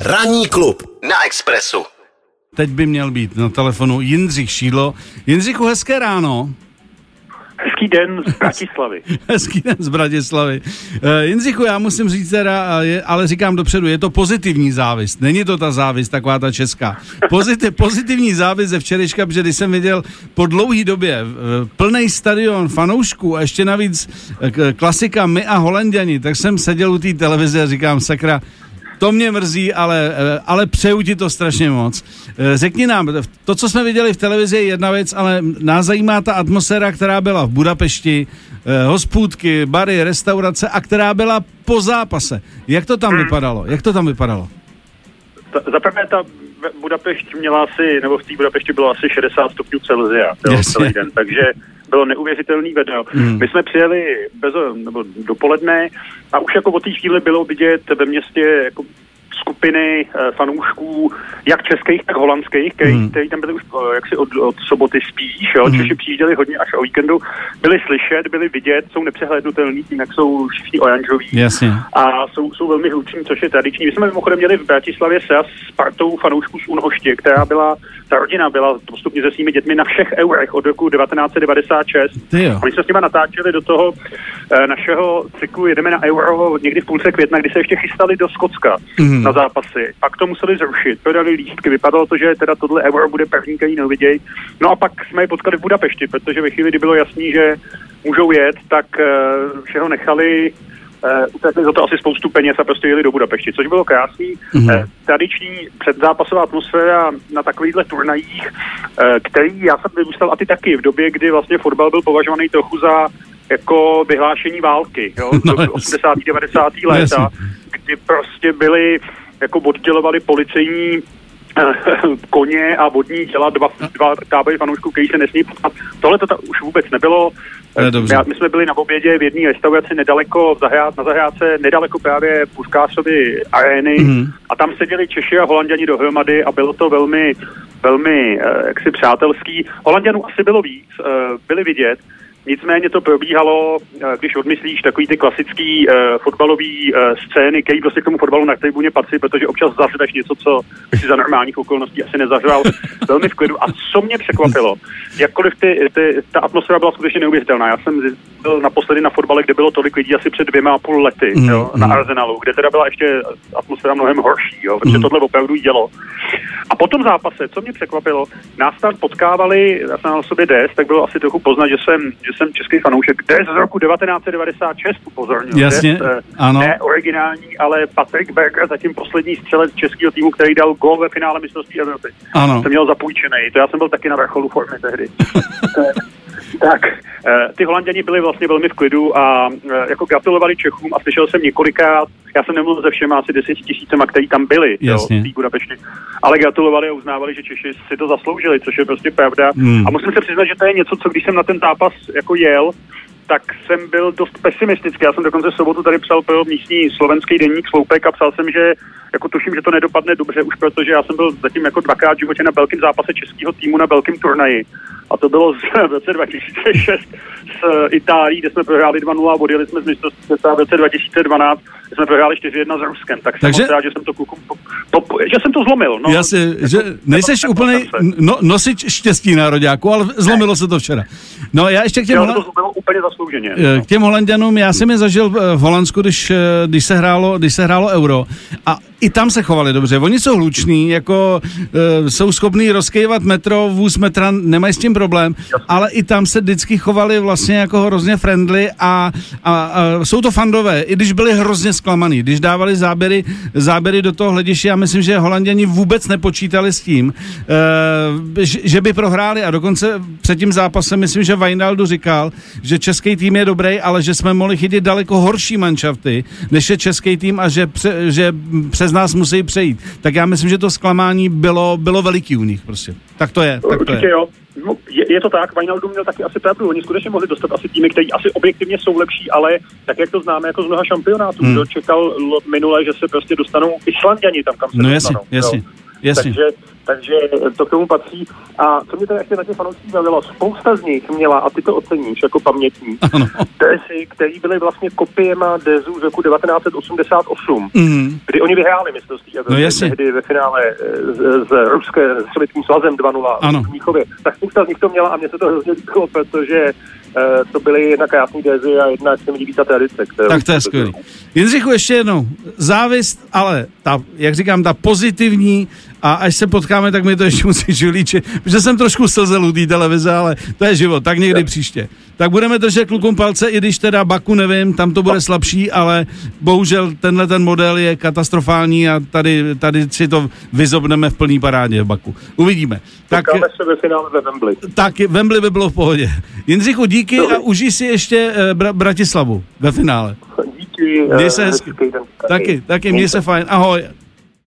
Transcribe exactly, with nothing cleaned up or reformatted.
Ranní klub na Expressu. Teď by měl být na telefonu Jindřich Šídlo. Jindřichu, hezké ráno. Hezký den z Bratislavy. Hezký den z Bratislavy. Uh, Jindřichu, já musím říct teda, ale říkám dopředu, je to pozitivní závist. Není to ta závist, taková ta česká. Pozitiv, pozitivní závist ze včerejška, protože když jsem viděl po dlouhý době plnej stadion fanoušků a ještě navíc klasika My a Holanďani, tak jsem seděl u té televize a říkám, sakra, to mě mrzí, ale, ale přeju ti to strašně moc. Řekni nám, to, co jsme viděli v televizi, je jedna věc, ale nás zajímá ta atmosféra, která byla v Budapešti, hospůdky, bary, restaurace a která byla po zápase. Jak to tam hmm. vypadalo? Jak to tam vypadalo? Za prvé ta Budapešť měla asi, nebo v té Budapešti bylo asi šedesát stupňů Celsia celý den, takže bylo neuvěřitelný vedro. Hmm. My jsme přijeli bez, nebo dopoledne a už jako od té chvíli bylo vidět ve městě jako skupiny e, fanoušků, jak českých, tak holandských, který, hmm. který tam byli už e, jaksi od, od soboty spíš, jo. Hmm. Češi přijížděli hodně až o víkendu, byli slyšet, byli vidět, jsou nepřehlédnutelní, jinak jsou všichni oranžoví. Jasně. A jsou, jsou velmi hluční, což je tradiční. My jsme mimochodem měli v Bratislavě se s partou fanoušků z Únhoště, která byla, ta rodina byla postupně se svými dětmi na všech eurech od roku devatenáct set devadesát šest. A my jsme s nima natáčeli do toho e, našeho cyklu Jedeme na euro někdy v půlce května, kdy se ještě chystali do Skotska. Hmm. Na zápasy. Pak to museli zrušit, prodali lístky, vypadalo to, že teda tohle euro bude první, který neuvidějí. No a pak jsme je potkali v Budapešti, protože ve chvíli, kdy bylo jasný, že můžou jet, tak uh, všeho nechali, uh, utekli za to asi spoustu peněz a prostě jeli do Budapešti, což bylo krásný. Mm-hmm. Uh, tradiční předzápasová atmosféra na takovýchhle turnajích, uh, který já jsem vyrůstal a ty taky v době, kdy vlastně fotbal byl považovaný trochu za jako vyhlášení války, jo, no, osmdesátá devadesátá léta, kdy prostě byly, jako oddělovali policejní koně a vodní těla, dva, dva tábory fanoušků, který se nesmí potkat. Tohle to ta, už vůbec nebylo. Já, my jsme byli na obědě v jedné restauraci nedaleko, v zahrad, na zahrádce, nedaleko právě Puškářovy arény mm. a tam seděli Češi a Holanďani dohromady a bylo to velmi, velmi eh, jaksi přátelský. Holanďanů asi bylo víc, eh, byli vidět. Nicméně to probíhalo, když odmyslíš takový ty klasický uh, fotbalový uh, scény, který prostě k tomu fotbalu na tribuně patří, protože občas zařveš něco, co by si za normálních okolností asi nezařval, velmi v klidu. A co mě překvapilo, jakkoliv ty, ty, ta atmosféra byla skutečně neuvěřitelná. Já jsem byl naposledy na fotbale, kde bylo tolik lidí asi před dvěma a půl lety, mm, jo, na Arsenalu, kde teda byla ještě atmosféra mnohem horší, jo, protože mm. tohle opravdu dělo. A po tom zápase, co mě překvapilo, nás tam potkávali, já jsem na sobě dres, tak bylo asi trochu poznat, že jsem, že jsem český fanoušek. Dres z roku devatenáct set devadesát šest upozornil. Jasně, dres, ano. Ne originální, ale Patrik Berger, zatím poslední střelec českého týmu, který dal gól ve finále mistrovství Evropy. Ano. Jsem měl zapůjčený, to já jsem byl taky na vrcholu formy tehdy. Tak, ty Holanďani byli vlastně velmi v klidu a jako gratulovali Čechům a slyšel jsem několikrát, já jsem nemluvil se všema asi deset tisícema, který tam byli, jo, v té Budapešti, ale gratulovali a uznávali, že Češi si to zasloužili, což je prostě pravda. Hmm. A musím se přiznat, že to je něco, co když jsem na ten zápas jako jel, tak jsem byl dost pesimistický. Já jsem dokonce v sobotu tady psal pro místní slovenský deník Sloupek a psal jsem, že jako tuším, že to nedopadne dobře už, protože já jsem byl zatím jako dvakrát v životě na velkém zápase českého týmu na velkém turnaji. A to bylo v roce dva tisíce šest s Itálií, kde jsme prohráli dva nula a odjeli jsme z mistrovství světa v roce dva tisíce dvanáct, kde jsme prohráli čtyři jedna s Ruskem. Tak jsem moc rád, že jsem to klukům, že jsem to zlomil. No. Jasně, jako, že nejseš úplně no, nosič štěstí nároďáku, ale zlomilo ne. se to včera. No já ještě k těm, Hola... to bylo úplně zaslouženě. K těm Holanďanům, já jsem je zažil v Holandsku, když, když, se hrálo, když se hrálo euro a i tam se chovali dobře. Oni jsou hluční, jako uh, jsou schopní rozkejvat metro, vůz metra, nemají s tím problém, ale i tam se vždycky chovali vlastně jako hrozně friendly a, a, a jsou to fandové, i když byli hrozně zklamaný, když dávali záběry, záběry do toho hlediště, já myslím, že Holanděni vůbec nepočítali s tím, uh, že, že by prohráli a dokonce před tím zápasem myslím, že Wijnaldum říkal, že český tým je dobrý, ale že jsme mohli chytit daleko horší manšafty, než je český tým a že, pře, že přes nás musí přejít. Tak já myslím, že to zklamání bylo, bylo veliký u nich prostě. Tak to je. Tak Určitě to je. jo. No, je, je to tak, Wijnaldum měl taky asi pravdu. Oni skutečně mohli dostat asi týmy, který asi objektivně jsou lepší, ale tak, jak to známe jako z mnoha šampionátů. Hmm. Kdo čekal minule, že se prostě dostanou Islanďani tam, kam se no, dostanou. Jasně, jasně. Takže Takže to k tomu patří. A co mě teda ještě na těch fanoušcích bavilo, spousta z nich měla, a ty to oceníš jako pamětní, dezy, které byly vlastně kopiema dezů z roku devatenáct set osmdesát osm, mm. kdy oni vyhráli mistrovství Evropy no tehdy ve finále z, z Ruské, s Sovětským svazem dva nula v Mnichově. Tak spousta z nich to měla a mě se to hrozně líbilo, protože uh, to byly jedna krásný dezy a jedna, jak se mi líbí ta tradice. Tak to je skvělý. Jindřichu, ještě jednou, závist, ale ta, jak říkám, ta pozitivní, a až se potkáme, tak mi to ještě musíš ulíčit, protože jsem trošku slzel u té televize, ale to je život, tak někdy příště. Tak budeme držet klukům palce, i když teda Baku nevím, tam to bude slabší, ale bohužel tenhle ten model je katastrofální a tady, tady si to vyzobneme v plný parádě v Baku. Uvidíme. Tak, potkáme se ve finále ve Wembley. Tak, Wembley by bylo v pohodě. Jindřichu, díky a užij si ještě eh, Bra- Bratislavu ve finále. Díky. Měj se hezky. Taky, taky, měj se fajn. Ahoj.